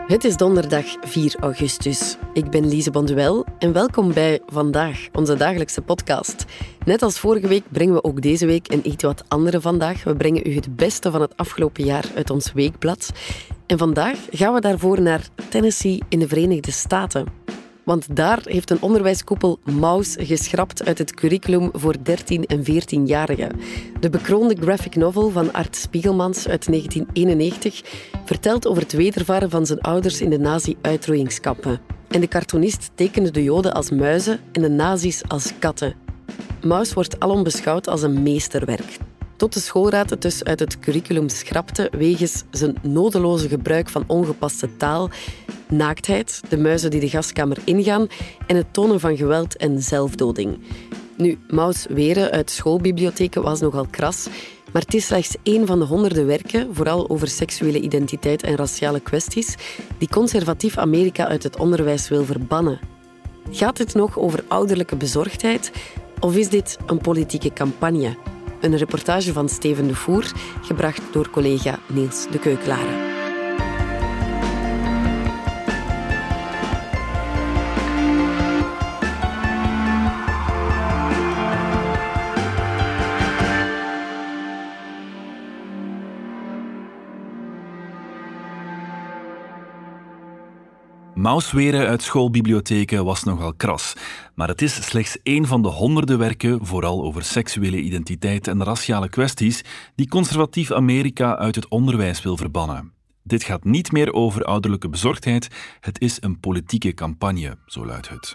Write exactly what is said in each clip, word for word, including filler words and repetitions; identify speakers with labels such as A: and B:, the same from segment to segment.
A: Het is donderdag vier augustus. Ik ben Lise Bonduel en welkom bij Vandaag, onze dagelijkse podcast. Net als vorige week brengen we ook deze week een iets wat andere Vandaag. We brengen u het beste van het afgelopen jaar uit ons weekblad. En vandaag gaan we daarvoor naar Tennessee in de Verenigde Staten. Want daar heeft een onderwijskoepel Maus geschrapt uit het curriculum voor dertien- en veertienjarigen. De bekroonde graphic novel van Art Spiegelmans uit negentien eenennegentig vertelt over het wedervaren van zijn ouders in de nazi-uitroeiingskampen. En de cartoonist tekende de Joden als muizen en de nazi's als katten. Maus wordt alom beschouwd als een meesterwerk. Tot de schoolraad het dus uit het curriculum schrapte wegens zijn nodeloze gebruik van ongepaste taal, naaktheid, de muizen die de gaskamer ingaan en het tonen van geweld en zelfdoding. Nu, Maus weren uit schoolbibliotheken was nogal kras, maar het is slechts één van de honderden werken, vooral over seksuele identiteit en raciale kwesties, die conservatief Amerika uit het onderwijs wil verbannen. Gaat dit nog over ouderlijke bezorgdheid of is dit een politieke campagne? Een reportage van Steven de Voer, gebracht door collega Niels de Keuklare.
B: Maus weren uit schoolbibliotheken was nogal kras, maar het is slechts één van de honderden werken, vooral over seksuele identiteit en raciale kwesties, die conservatief Amerika uit het onderwijs wil verbannen. Dit gaat niet meer over ouderlijke bezorgdheid, het is een politieke campagne, zo luidt het.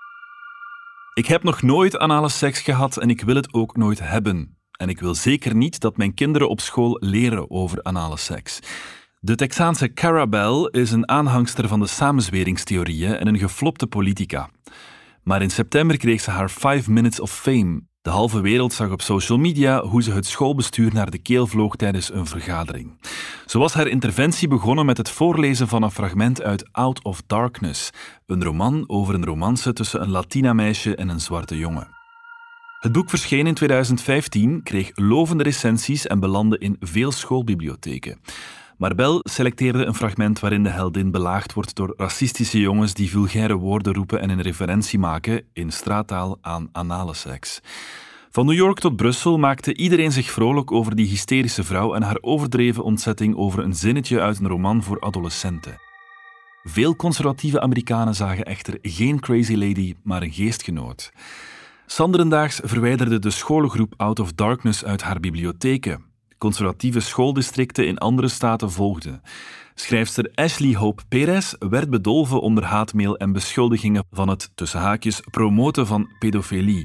B: Ik heb nog nooit anale seks gehad en ik wil het ook nooit hebben. En ik wil zeker niet dat mijn kinderen op school leren over anale seks. De Texaanse Cara Bell is een aanhangster van de samenzweringstheorieën en een geflopte politica. Maar in september kreeg ze haar Five Minutes of Fame. De halve wereld zag op social media hoe ze het schoolbestuur naar de keel vloog tijdens een vergadering. Zo was haar interventie begonnen met het voorlezen van een fragment uit Out of Darkness, een roman over een romance tussen een Latina-meisje en een zwarte jongen. Het boek verscheen in tweeduizend vijftien, kreeg lovende recensies en belandde in veel schoolbibliotheken. Maar Bell selecteerde een fragment waarin de heldin belaagd wordt door racistische jongens die vulgaire woorden roepen en een referentie maken, in straattaal, aan anale seks. Van New York tot Brussel maakte iedereen zich vrolijk over die hysterische vrouw en haar overdreven ontzetting over een zinnetje uit een roman voor adolescenten. Veel conservatieve Amerikanen zagen echter geen crazy lady, maar een geestgenoot. Sanderendaags verwijderde de scholengroep Out of Darkness uit haar bibliotheken. Conservatieve schooldistricten in andere staten volgden. Schrijfster Ashley Hope Perez werd bedolven onder haatmail en beschuldigingen van het, tussen haakjes, promoten van pedofilie.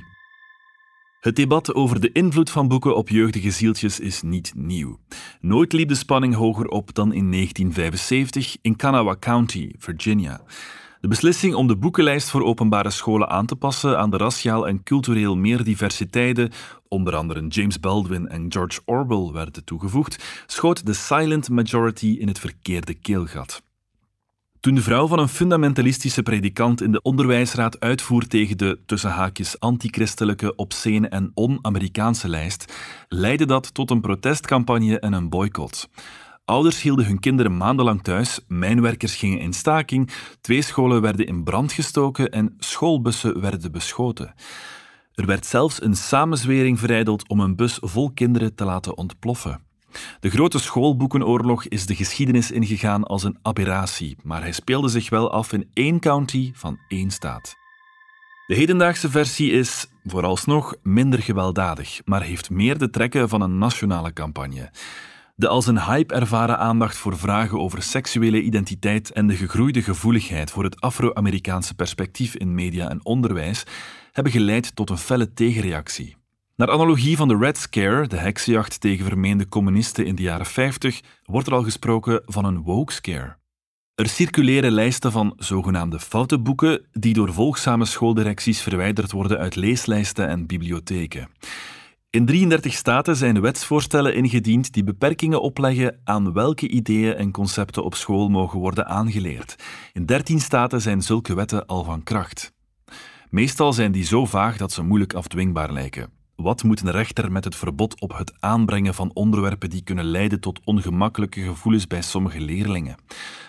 B: Het debat over de invloed van boeken op jeugdige zieltjes is niet nieuw. Nooit liep de spanning hoger op dan in negentien vijfenzeventig in Kanawha County, Virginia. De beslissing om de boekenlijst voor openbare scholen aan te passen aan de raciaal en cultureel meer diversiteiten, onder andere James Baldwin en George Orwell werden toegevoegd, schoot de silent majority in het verkeerde keelgat. Toen de vrouw van een fundamentalistische predikant in de onderwijsraad uitvoer tegen de, tussen haakjes, antichristelijke, obscene en on-Amerikaanse lijst, leidde dat tot een protestcampagne en een boycott. Ouders hielden hun kinderen maandenlang thuis, mijnwerkers gingen in staking, twee scholen werden in brand gestoken en schoolbussen werden beschoten. Er werd zelfs een samenzwering verijdeld om een bus vol kinderen te laten ontploffen. De grote schoolboekenoorlog is de geschiedenis ingegaan als een aberratie, maar hij speelde zich wel af in één county van één staat. De hedendaagse versie is, vooralsnog, minder gewelddadig, maar heeft meer de trekken van een nationale campagne. De als een hype ervaren aandacht voor vragen over seksuele identiteit en de gegroeide gevoeligheid voor het Afro-Amerikaanse perspectief in media en onderwijs hebben geleid tot een felle tegenreactie. Naar analogie van de Red Scare, de heksenjacht tegen vermeende communisten in de jaren vijftig, wordt er al gesproken van een woke scare. Er circuleren lijsten van zogenaamde foute boeken die door volgzame schooldirecties verwijderd worden uit leeslijsten en bibliotheken. In drieëndertig staten zijn wetsvoorstellen ingediend die beperkingen opleggen aan welke ideeën en concepten op school mogen worden aangeleerd. In dertien staten zijn zulke wetten al van kracht. Meestal zijn die zo vaag dat ze moeilijk afdwingbaar lijken. Wat moet een rechter met het verbod op het aanbrengen van onderwerpen die kunnen leiden tot ongemakkelijke gevoelens bij sommige leerlingen?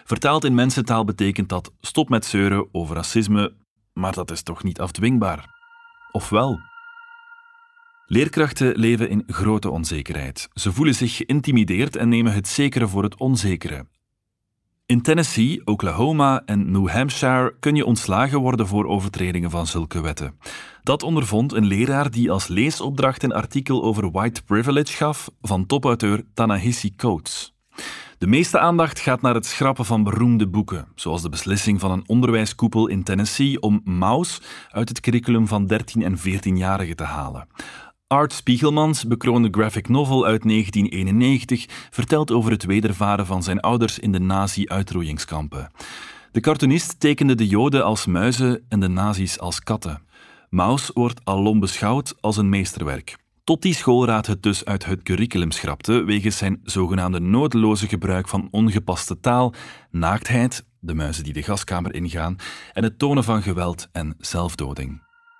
B: Vertaald in mensentaal betekent dat stop met zeuren over racisme, maar dat is toch niet afdwingbaar? Of wel? Leerkrachten leven in grote onzekerheid. Ze voelen zich geïntimideerd en nemen het zekere voor het onzekere. In Tennessee, Oklahoma en New Hampshire kun je ontslagen worden voor overtredingen van zulke wetten. Dat ondervond een leraar die als leesopdracht een artikel over white privilege gaf van topauteur Ta-Nehisi Coates. De meeste aandacht gaat naar het schrappen van beroemde boeken, zoals de beslissing van een onderwijskoepel in Tennessee om Maus uit het curriculum van dertien- en veertienjarigen te halen. Art Spiegelmans bekroonde graphic novel uit negentien eenennegentig vertelt over het wedervaren van zijn ouders in de nazi-uitroeiingskampen. De cartoonist tekende de Joden als muizen en de nazi's als katten. Maus wordt alom beschouwd als een meesterwerk. Tot die schoolraad het dus uit het curriculum schrapte wegens zijn zogenaamde nodeloze gebruik van ongepaste taal, naaktheid, de muizen die de gaskamer ingaan, en het tonen van geweld en zelfdoding.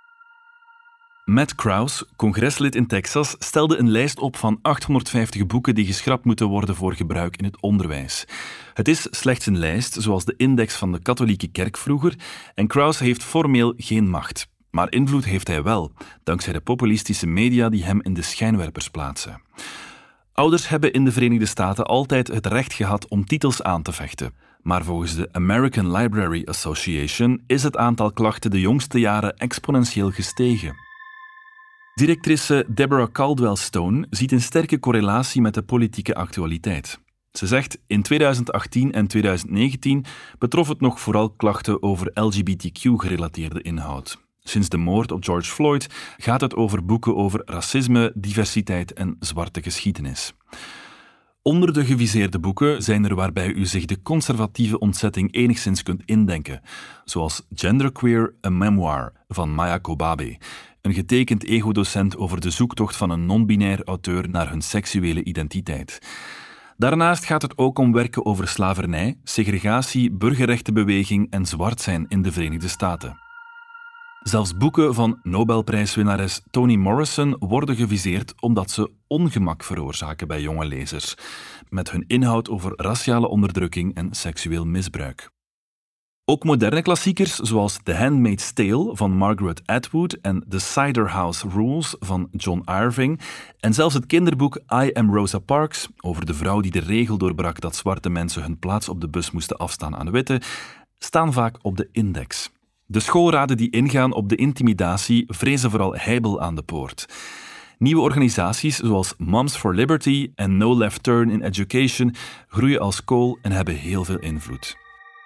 B: Matt Krause, congreslid in Texas, stelde een lijst op van achthonderdvijftig boeken die geschrapt moeten worden voor gebruik in het onderwijs. Het is slechts een lijst, zoals de index van de katholieke kerk vroeger, en Krause heeft formeel geen macht. Maar invloed heeft hij wel, dankzij de populistische media die hem in de schijnwerpers plaatsen. Ouders hebben in de Verenigde Staten altijd het recht gehad om titels aan te vechten. Maar volgens de American Library Association is het aantal klachten de jongste jaren exponentieel gestegen. Directrice Deborah Caldwell Stone ziet een sterke correlatie met de politieke actualiteit. Ze zegt, in tweeduizend achttien en tweeduizend negentien betrof het nog vooral klachten over L G B T Q-gerelateerde inhoud. Sinds de moord op George Floyd gaat het over boeken over racisme, diversiteit en zwarte geschiedenis. Onder de geviseerde boeken zijn er waarbij u zich de conservatieve ontzetting enigszins kunt indenken, zoals Genderqueer, a Memoir van Maya Kobabe, een getekend ego-docent over de zoektocht van een non-binair auteur naar hun seksuele identiteit. Daarnaast gaat het ook om werken over slavernij, segregatie, burgerrechtenbeweging en zwart zijn in de Verenigde Staten. Zelfs boeken van Nobelprijswinnares Toni Morrison worden geviseerd omdat ze ongemak veroorzaken bij jonge lezers, met hun inhoud over raciale onderdrukking en seksueel misbruik. Ook moderne klassiekers zoals The Handmaid's Tale van Margaret Atwood en The Cider House Rules van John Irving en zelfs het kinderboek I Am Rosa Parks over de vrouw die de regel doorbrak dat zwarte mensen hun plaats op de bus moesten afstaan aan witte, staan vaak op de index. De schoolraden die ingaan op de intimidatie vrezen vooral heibel aan de poort. Nieuwe organisaties zoals Moms for Liberty en No Left Turn in Education groeien als kool en hebben heel veel invloed.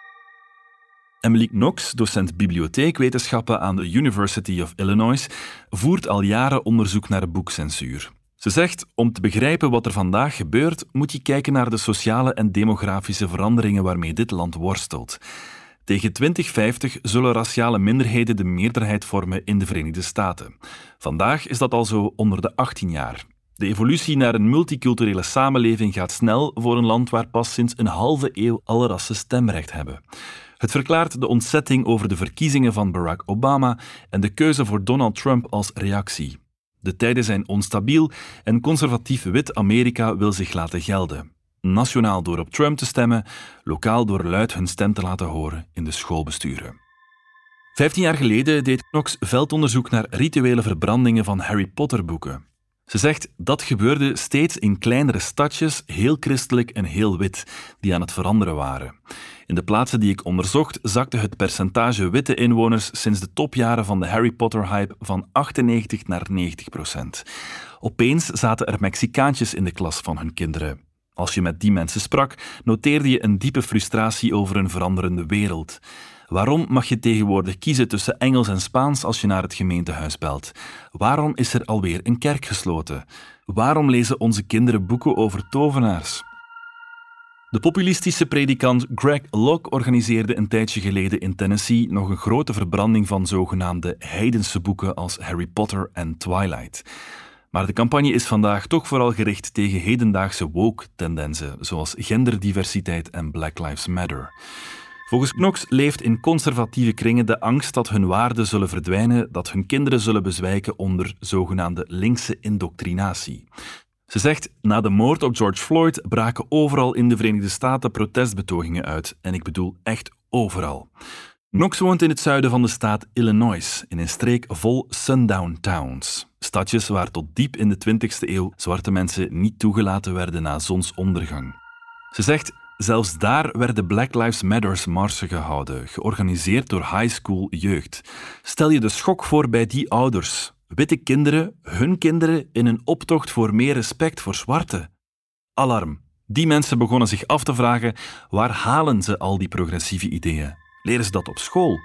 B: Emily Knox, docent bibliotheekwetenschappen aan de University of Illinois, voert al jaren onderzoek naar boekcensuur. Ze zegt, om te begrijpen wat er vandaag gebeurt, moet je kijken naar de sociale en demografische veranderingen waarmee dit land worstelt. Tegen twintig vijftig zullen raciale minderheden de meerderheid vormen in de Verenigde Staten. Vandaag is dat al zo onder de achttien jaar. De evolutie naar een multiculturele samenleving gaat snel voor een land waar pas sinds een halve eeuw alle rassen stemrecht hebben. Het verklaart de ontzetting over de verkiezingen van Barack Obama en de keuze voor Donald Trump als reactie. De tijden zijn onstabiel en conservatief wit Amerika wil zich laten gelden. Nationaal door op Trump te stemmen, lokaal door luid hun stem te laten horen in de schoolbesturen. Vijftien jaar geleden deed Knox veldonderzoek naar rituele verbrandingen van Harry Potter boeken. Ze zegt, dat gebeurde steeds in kleinere stadjes, heel christelijk en heel wit, die aan het veranderen waren. In de plaatsen die ik onderzocht zakte het percentage witte inwoners sinds de topjaren van de Harry Potter-hype van achtennegentig naar negentig procent. Opeens zaten er Mexicaantjes in de klas van hun kinderen. Als je met die mensen sprak, noteerde je een diepe frustratie over een veranderende wereld. Waarom mag je tegenwoordig kiezen tussen Engels en Spaans als je naar het gemeentehuis belt? Waarom is er alweer een kerk gesloten? Waarom lezen onze kinderen boeken over tovenaars? De populistische predikant Greg Locke organiseerde een tijdje geleden in Tennessee nog een grote verbranding van zogenaamde heidense boeken als Harry Potter en Twilight. Maar de campagne is vandaag toch vooral gericht tegen hedendaagse woke-tendensen, zoals genderdiversiteit en Black Lives Matter. Volgens Knox leeft in conservatieve kringen de angst dat hun waarden zullen verdwijnen, dat hun kinderen zullen bezwijken onder zogenaamde linkse indoctrinatie. Ze zegt, na de moord op George Floyd braken overal in de Verenigde Staten protestbetogingen uit. En ik bedoel echt overal. Knox woont in het zuiden van de staat Illinois, in een streek vol sundown towns. Stadjes waar tot diep in de twintigste eeuw zwarte mensen niet toegelaten werden na zonsondergang. Ze zegt, zelfs daar werden Black Lives Matters marsen gehouden, georganiseerd door high school jeugd. Stel je de schok voor bij die ouders. Witte kinderen, hun kinderen, in een optocht voor meer respect voor zwarte. Alarm. Die mensen begonnen zich af te vragen, waar halen ze al die progressieve ideeën? Leren ze dat op school?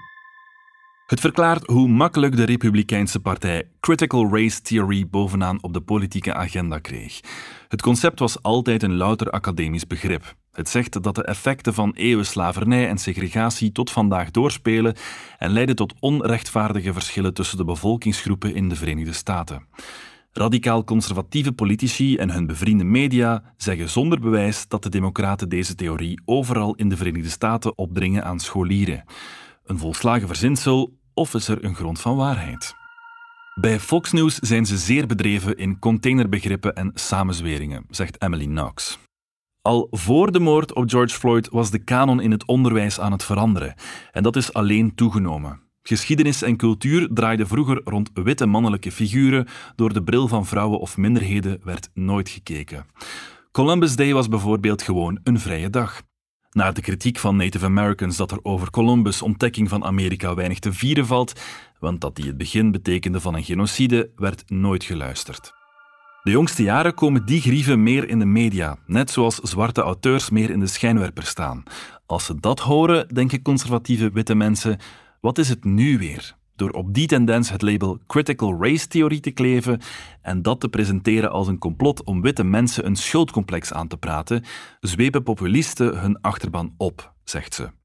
B: Het verklaart hoe makkelijk de Republikeinse partij critical race theory bovenaan op de politieke agenda kreeg. Het concept was altijd een louter academisch begrip. Het zegt dat de effecten van eeuwen slavernij en segregatie tot vandaag doorspelen en leiden tot onrechtvaardige verschillen tussen de bevolkingsgroepen in de Verenigde Staten. Radicaal-conservatieve politici en hun bevriende media zeggen zonder bewijs dat de democraten deze theorie overal in de Verenigde Staten opdringen aan scholieren. Een volslagen verzinsel of is er een grond van waarheid? Bij Fox News zijn ze zeer bedreven in containerbegrippen en samenzweringen, zegt Emily Knox. Al voor de moord op George Floyd was de kanon in het onderwijs aan het veranderen. En dat is alleen toegenomen. Geschiedenis en cultuur draaiden vroeger rond witte mannelijke figuren. Door de bril van vrouwen of minderheden werd nooit gekeken. Columbus Day was bijvoorbeeld gewoon een vrije dag. Naar de kritiek van Native Americans dat er over Columbus' ontdekking van Amerika weinig te vieren valt, want dat die het begin betekende van een genocide, werd nooit geluisterd. De jongste jaren komen die grieven meer in de media, net zoals zwarte auteurs meer in de schijnwerper staan. Als ze dat horen, denken conservatieve witte mensen, wat is het nu weer? Door op die tendens het label critical race theorie te kleven en dat te presenteren als een complot om witte mensen een schuldcomplex aan te praten, zwepen populisten hun achterban op, zegt ze.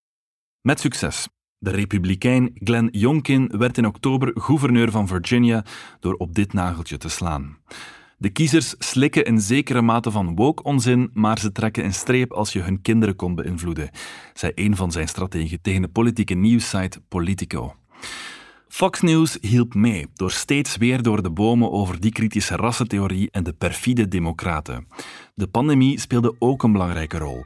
B: Met succes. De republikein Glenn Youngkin werd in oktober gouverneur van Virginia door op dit nageltje te slaan. De kiezers slikken een zekere mate van woke-onzin, maar ze trekken een streep als je hun kinderen kon beïnvloeden, zei een van zijn strategen tegen de politieke nieuwssite Politico. Fox News hielp mee door steeds weer door de bomen over die kritische rassentheorie en de perfide democraten. De pandemie speelde ook een belangrijke rol.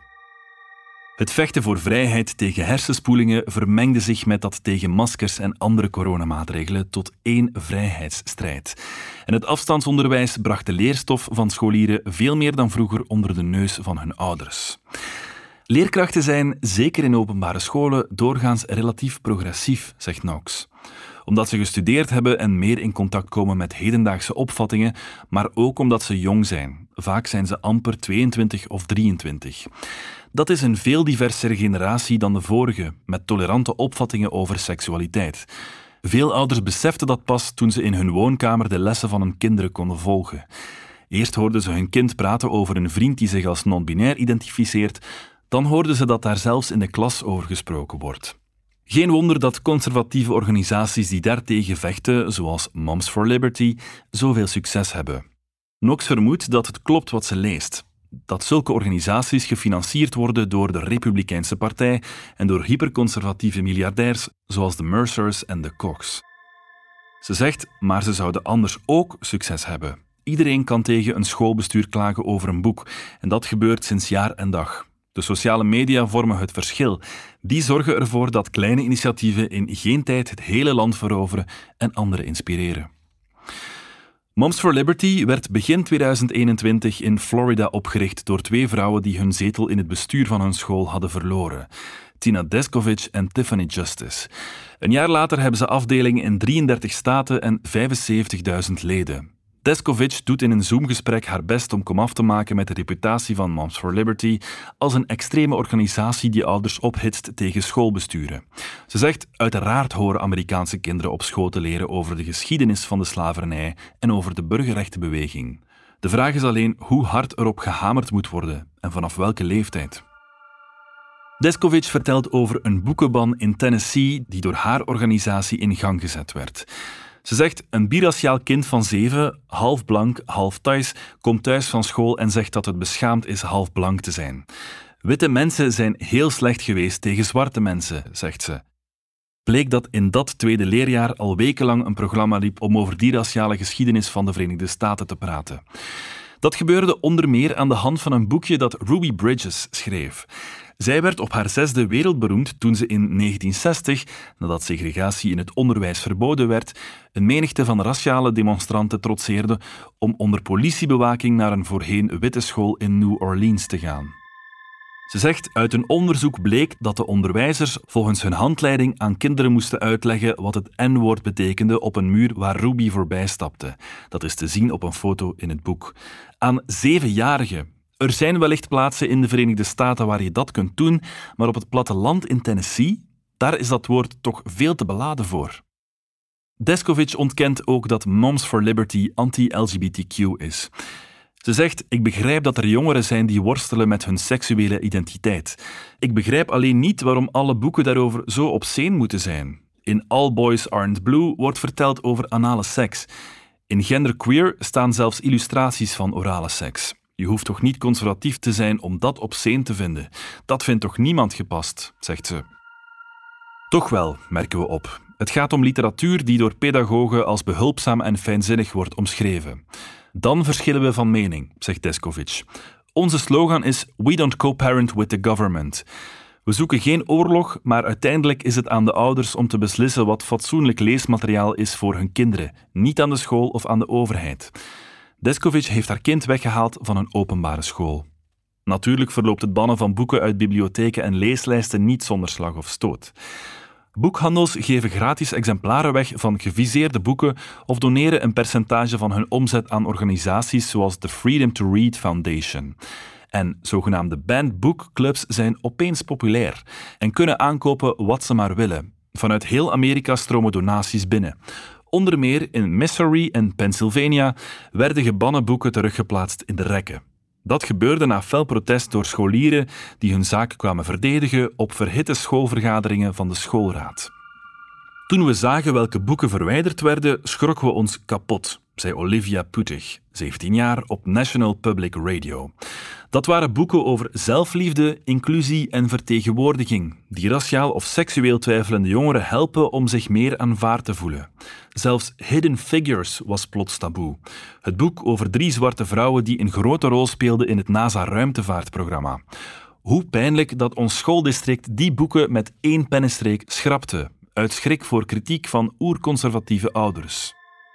B: Het vechten voor vrijheid tegen hersenspoelingen vermengde zich met dat tegen maskers en andere coronamaatregelen tot één vrijheidsstrijd. En het afstandsonderwijs bracht de leerstof van scholieren veel meer dan vroeger onder de neus van hun ouders. Leerkrachten zijn, zeker in openbare scholen, doorgaans relatief progressief, zegt Knox. Omdat ze gestudeerd hebben en meer in contact komen met hedendaagse opvattingen, maar ook omdat ze jong zijn. Vaak zijn ze amper tweeëntwintig of drieëntwintig. Dat is een veel diversere generatie dan de vorige, met tolerante opvattingen over seksualiteit. Veel ouders beseften dat pas toen ze in hun woonkamer de lessen van hun kinderen konden volgen. Eerst hoorden ze hun kind praten over een vriend die zich als non-binair identificeert, dan hoorden ze dat daar zelfs in de klas over gesproken wordt. Geen wonder dat conservatieve organisaties die daartegen vechten, zoals Moms for Liberty, zoveel succes hebben. Knox vermoedt dat het klopt wat ze leest. Dat zulke organisaties gefinancierd worden door de Republikeinse partij en door hyperconservatieve miljardairs zoals de Mercers en de Kochs. Ze zegt, maar ze zouden anders ook succes hebben. Iedereen kan tegen een schoolbestuur klagen over een boek en dat gebeurt sinds jaar en dag. De sociale media vormen het verschil. Die zorgen ervoor dat kleine initiatieven in geen tijd het hele land veroveren en anderen inspireren. Moms for Liberty werd begin tweeduizend eenentwintig in Florida opgericht door twee vrouwen die hun zetel in het bestuur van hun school hadden verloren. Tina Descovich en Tiffany Justice. Een jaar later hebben ze afdelingen in drieëndertig staten en vijfenzeventigduizend leden. Descovich doet in een Zoom-gesprek haar best om komaf te maken met de reputatie van Moms for Liberty als een extreme organisatie die ouders ophitst tegen schoolbesturen. Ze zegt, uiteraard horen Amerikaanse kinderen op school te leren over de geschiedenis van de slavernij en over de burgerrechtenbeweging. De vraag is alleen hoe hard erop gehamerd moet worden en vanaf welke leeftijd. Descovich vertelt over een boekenban in Tennessee die door haar organisatie in gang gezet werd. Ze zegt, een biraciaal kind van zeven, half blank, half Thais, komt thuis van school en zegt dat het beschaamd is half blank te zijn. Witte mensen zijn heel slecht geweest tegen zwarte mensen, zegt ze. Bleek dat in dat tweede leerjaar al wekenlang een programma liep om over die raciale geschiedenis van de Verenigde Staten te praten. Dat gebeurde onder meer aan de hand van een boekje dat Ruby Bridges schreef. Zij werd op haar zesde wereldberoemd toen ze in negentien zestig, nadat segregatie in het onderwijs verboden werd, een menigte van raciale demonstranten trotseerde om onder politiebewaking naar een voorheen witte school in New Orleans te gaan. Ze zegt, uit een onderzoek bleek dat de onderwijzers volgens hun handleiding aan kinderen moesten uitleggen wat het N-woord betekende op een muur waar Ruby voorbij stapte. Dat is te zien op een foto in het boek. Aan zevenjarigen. Er zijn wellicht plaatsen in de Verenigde Staten waar je dat kunt doen, maar op het platteland in Tennessee, daar is dat woord toch veel te beladen voor. Descovich ontkent ook dat Moms for Liberty anti-L G B T Q is. Ze zegt, ik begrijp dat er jongeren zijn die worstelen met hun seksuele identiteit. Ik begrijp alleen niet waarom alle boeken daarover zo obscene moeten zijn. In All Boys Aren't Blue wordt verteld over anale seks. In Genderqueer staan zelfs illustraties van orale seks. Je hoeft toch niet conservatief te zijn om dat obscene te vinden. Dat vindt toch niemand gepast, zegt ze. Toch wel, merken we op. Het gaat om literatuur die door pedagogen als behulpzaam en fijnzinnig wordt omschreven. Dan verschillen we van mening, zegt Descovich. Onze slogan is We don't co-parent with the government. We zoeken geen oorlog, maar uiteindelijk is het aan de ouders om te beslissen wat fatsoenlijk leesmateriaal is voor hun kinderen, niet aan de school of aan de overheid. Descovich heeft haar kind weggehaald van een openbare school. Natuurlijk verloopt het bannen van boeken uit bibliotheken en leeslijsten niet zonder slag of stoot. Boekhandels geven gratis exemplaren weg van geviseerde boeken of doneren een percentage van hun omzet aan organisaties zoals de Freedom to Read Foundation. En zogenaamde banned book clubs zijn opeens populair en kunnen aankopen wat ze maar willen. Vanuit heel Amerika stromen donaties binnen. Onder meer in Missouri en Pennsylvania werden gebannen boeken teruggeplaatst in de rekken. Dat gebeurde na fel protest door scholieren die hun zaak kwamen verdedigen op verhitte schoolvergaderingen van de schoolraad. Toen we zagen welke boeken verwijderd werden, schrokken we ons kapot, zei Olivia Puttig, zeventien jaar, op National Public Radio. Dat waren boeken over zelfliefde, inclusie en vertegenwoordiging, die raciaal of seksueel twijfelende jongeren helpen om zich meer aanvaard te voelen. Zelfs Hidden Figures was plots taboe. Het boek over drie zwarte vrouwen die een grote rol speelden in het NASA-ruimtevaartprogramma. Hoe pijnlijk dat ons schooldistrict die boeken met één pennenstreek schrapte, uit schrik voor kritiek van oerconservatieve ouders.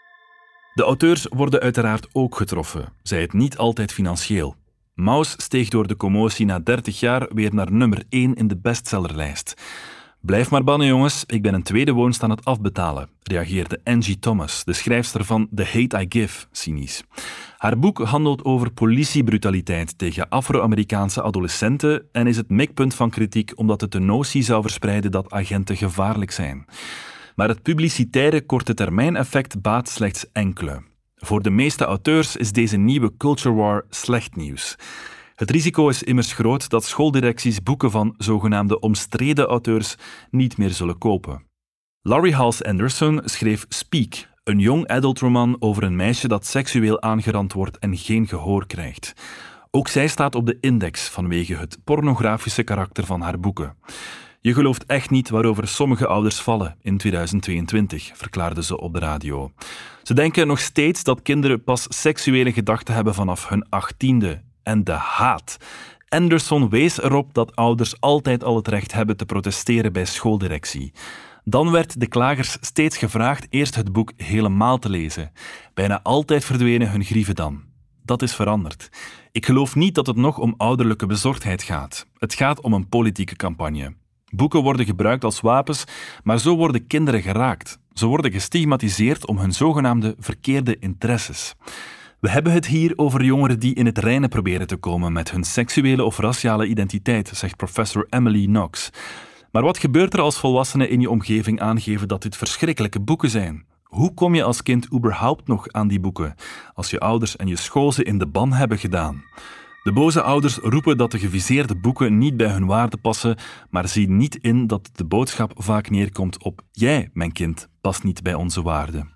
B: De auteurs worden uiteraard ook getroffen, zij het niet altijd financieel. Maus steeg door de commotie na dertig jaar weer naar nummer één in de bestsellerlijst. Blijf maar bannen, jongens, ik ben een tweede woonst aan het afbetalen, reageerde Angie Thomas, de schrijfster van The Hate I Give, cynisch. Haar boek handelt over politiebrutaliteit tegen Afro-Amerikaanse adolescenten en is het mikpunt van kritiek omdat het de notie zou verspreiden dat agenten gevaarlijk zijn. Maar het publicitaire korte termijn effect baat slechts enkele. Voor de meeste auteurs is deze nieuwe culture war slecht nieuws. Het risico is immers groot dat schooldirecties boeken van zogenaamde omstreden auteurs niet meer zullen kopen. Laurie Halse Anderson schreef Speak, een young adult roman over een meisje dat seksueel aangerand wordt en geen gehoor krijgt. Ook zij staat op de index vanwege het pornografische karakter van haar boeken. Je gelooft echt niet waarover sommige ouders vallen in tweeduizend tweeëntwintig, verklaarde ze op de radio. Ze denken nog steeds dat kinderen pas seksuele gedachten hebben vanaf hun achttiende. En de haat. Anderson wees erop dat ouders altijd al het recht hebben te protesteren bij schooldirectie. Dan werd de klagers steeds gevraagd eerst het boek helemaal te lezen. Bijna altijd verdwenen hun grieven dan. Dat is veranderd. Ik geloof niet dat het nog om ouderlijke bezorgdheid gaat. Het gaat om een politieke campagne. Boeken worden gebruikt als wapens, maar zo worden kinderen geraakt. Ze worden gestigmatiseerd om hun zogenaamde verkeerde interesses. We hebben het hier over jongeren die in het reine proberen te komen met hun seksuele of raciale identiteit, zegt professor Emily Knox. Maar wat gebeurt er als volwassenen in je omgeving aangeven dat dit verschrikkelijke boeken zijn? Hoe kom je als kind überhaupt nog aan die boeken, als je ouders en je school ze in de ban hebben gedaan? De boze ouders roepen dat de geviseerde boeken niet bij hun waarde passen, maar zien niet in dat de boodschap vaak neerkomt op jij, mijn kind, past niet bij onze waarden.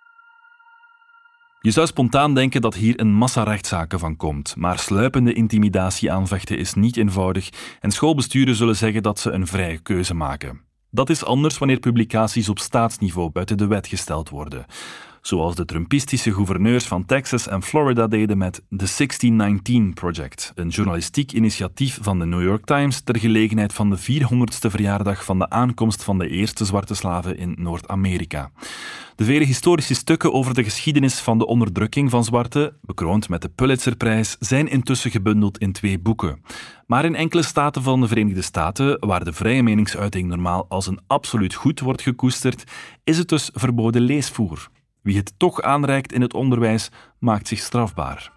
B: Je zou spontaan denken dat hier een massa rechtszaken van komt, maar sluipende intimidatie aanvechten is niet eenvoudig en schoolbesturen zullen zeggen dat ze een vrije keuze maken. Dat is anders wanneer publicaties op staatsniveau buiten de wet gesteld worden. Zoals de Trumpistische gouverneurs van Texas en Florida deden met The zestien negentien Project, een journalistiek initiatief van de New York Times ter gelegenheid van de vierhonderdste verjaardag van de aankomst van de eerste zwarte slaven in Noord-Amerika. De vele historische stukken over de geschiedenis van de onderdrukking van zwarten, bekroond met de Pulitzerprijs, zijn intussen gebundeld in twee boeken. Maar in enkele staten van de Verenigde Staten, waar de vrije meningsuiting normaal als een absoluut goed wordt gekoesterd, is het dus verboden leesvoer. Wie het toch aanreikt in het onderwijs, maakt zich strafbaar.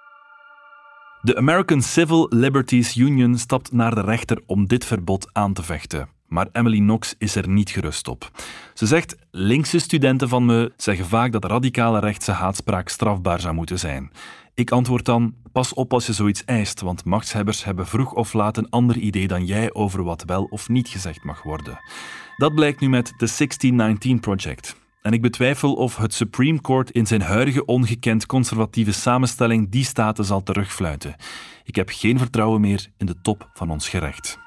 B: De American Civil Liberties Union stapt naar de rechter om dit verbod aan te vechten. Maar Emily Knox is er niet gerust op. Ze zegt, linkse studenten van me zeggen vaak dat radicale rechtse haatspraak strafbaar zou moeten zijn. Ik antwoord dan, pas op als je zoiets eist, want machtshebbers hebben vroeg of laat een ander idee dan jij over wat wel of niet gezegd mag worden. Dat blijkt nu met The zestien negentien Project. En ik betwijfel of het Supreme Court in zijn huidige ongekend conservatieve samenstelling die staten zal terugfluiten. Ik heb geen vertrouwen meer in de top van ons gerecht.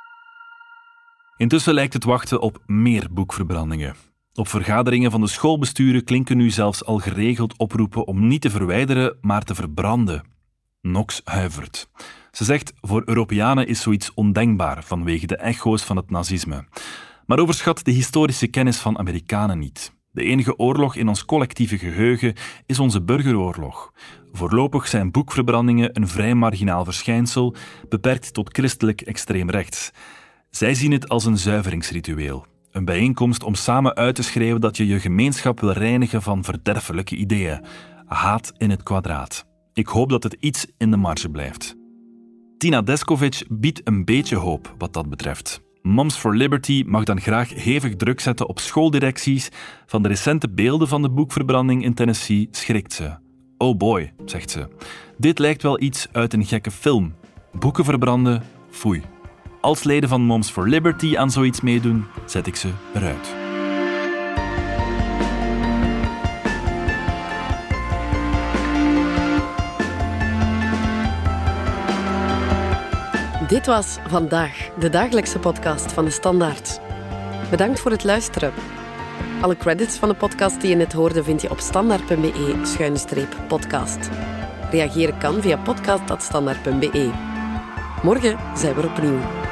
B: Intussen lijkt het wachten op meer boekverbrandingen. Op vergaderingen van de schoolbesturen klinken nu zelfs al geregeld oproepen om niet te verwijderen, maar te verbranden. Knox huivert. Ze zegt, voor Europeanen is zoiets ondenkbaar vanwege de echo's van het nazisme. Maar overschat de historische kennis van Amerikanen niet. De enige oorlog in ons collectieve geheugen is onze burgeroorlog. Voorlopig zijn boekverbrandingen een vrij marginaal verschijnsel, beperkt tot christelijk extreem rechts. Zij zien het als een zuiveringsritueel. Een bijeenkomst om samen uit te schreeuwen dat je je gemeenschap wil reinigen van verderfelijke ideeën. Haat in het kwadraat. Ik hoop dat het iets in de marge blijft. Tina Descovich biedt een beetje hoop wat dat betreft. Moms for Liberty mag dan graag hevig druk zetten op schooldirecties. Van de recente beelden van de boekverbranding in Tennessee schrikt ze. Oh boy, zegt ze. Dit lijkt wel iets uit een gekke film. Boeken verbranden, foei. Als leden van Moms for Liberty aan zoiets meedoen, zet ik ze eruit.
A: Dit was Vandaag, de dagelijkse podcast van de Standaard. Bedankt voor het luisteren. Alle credits van de podcast die je net hoorde vind je op standaard punt be schuine podcast. Reageren kan via podcast punt standaard punt be. Morgen zijn we er opnieuw.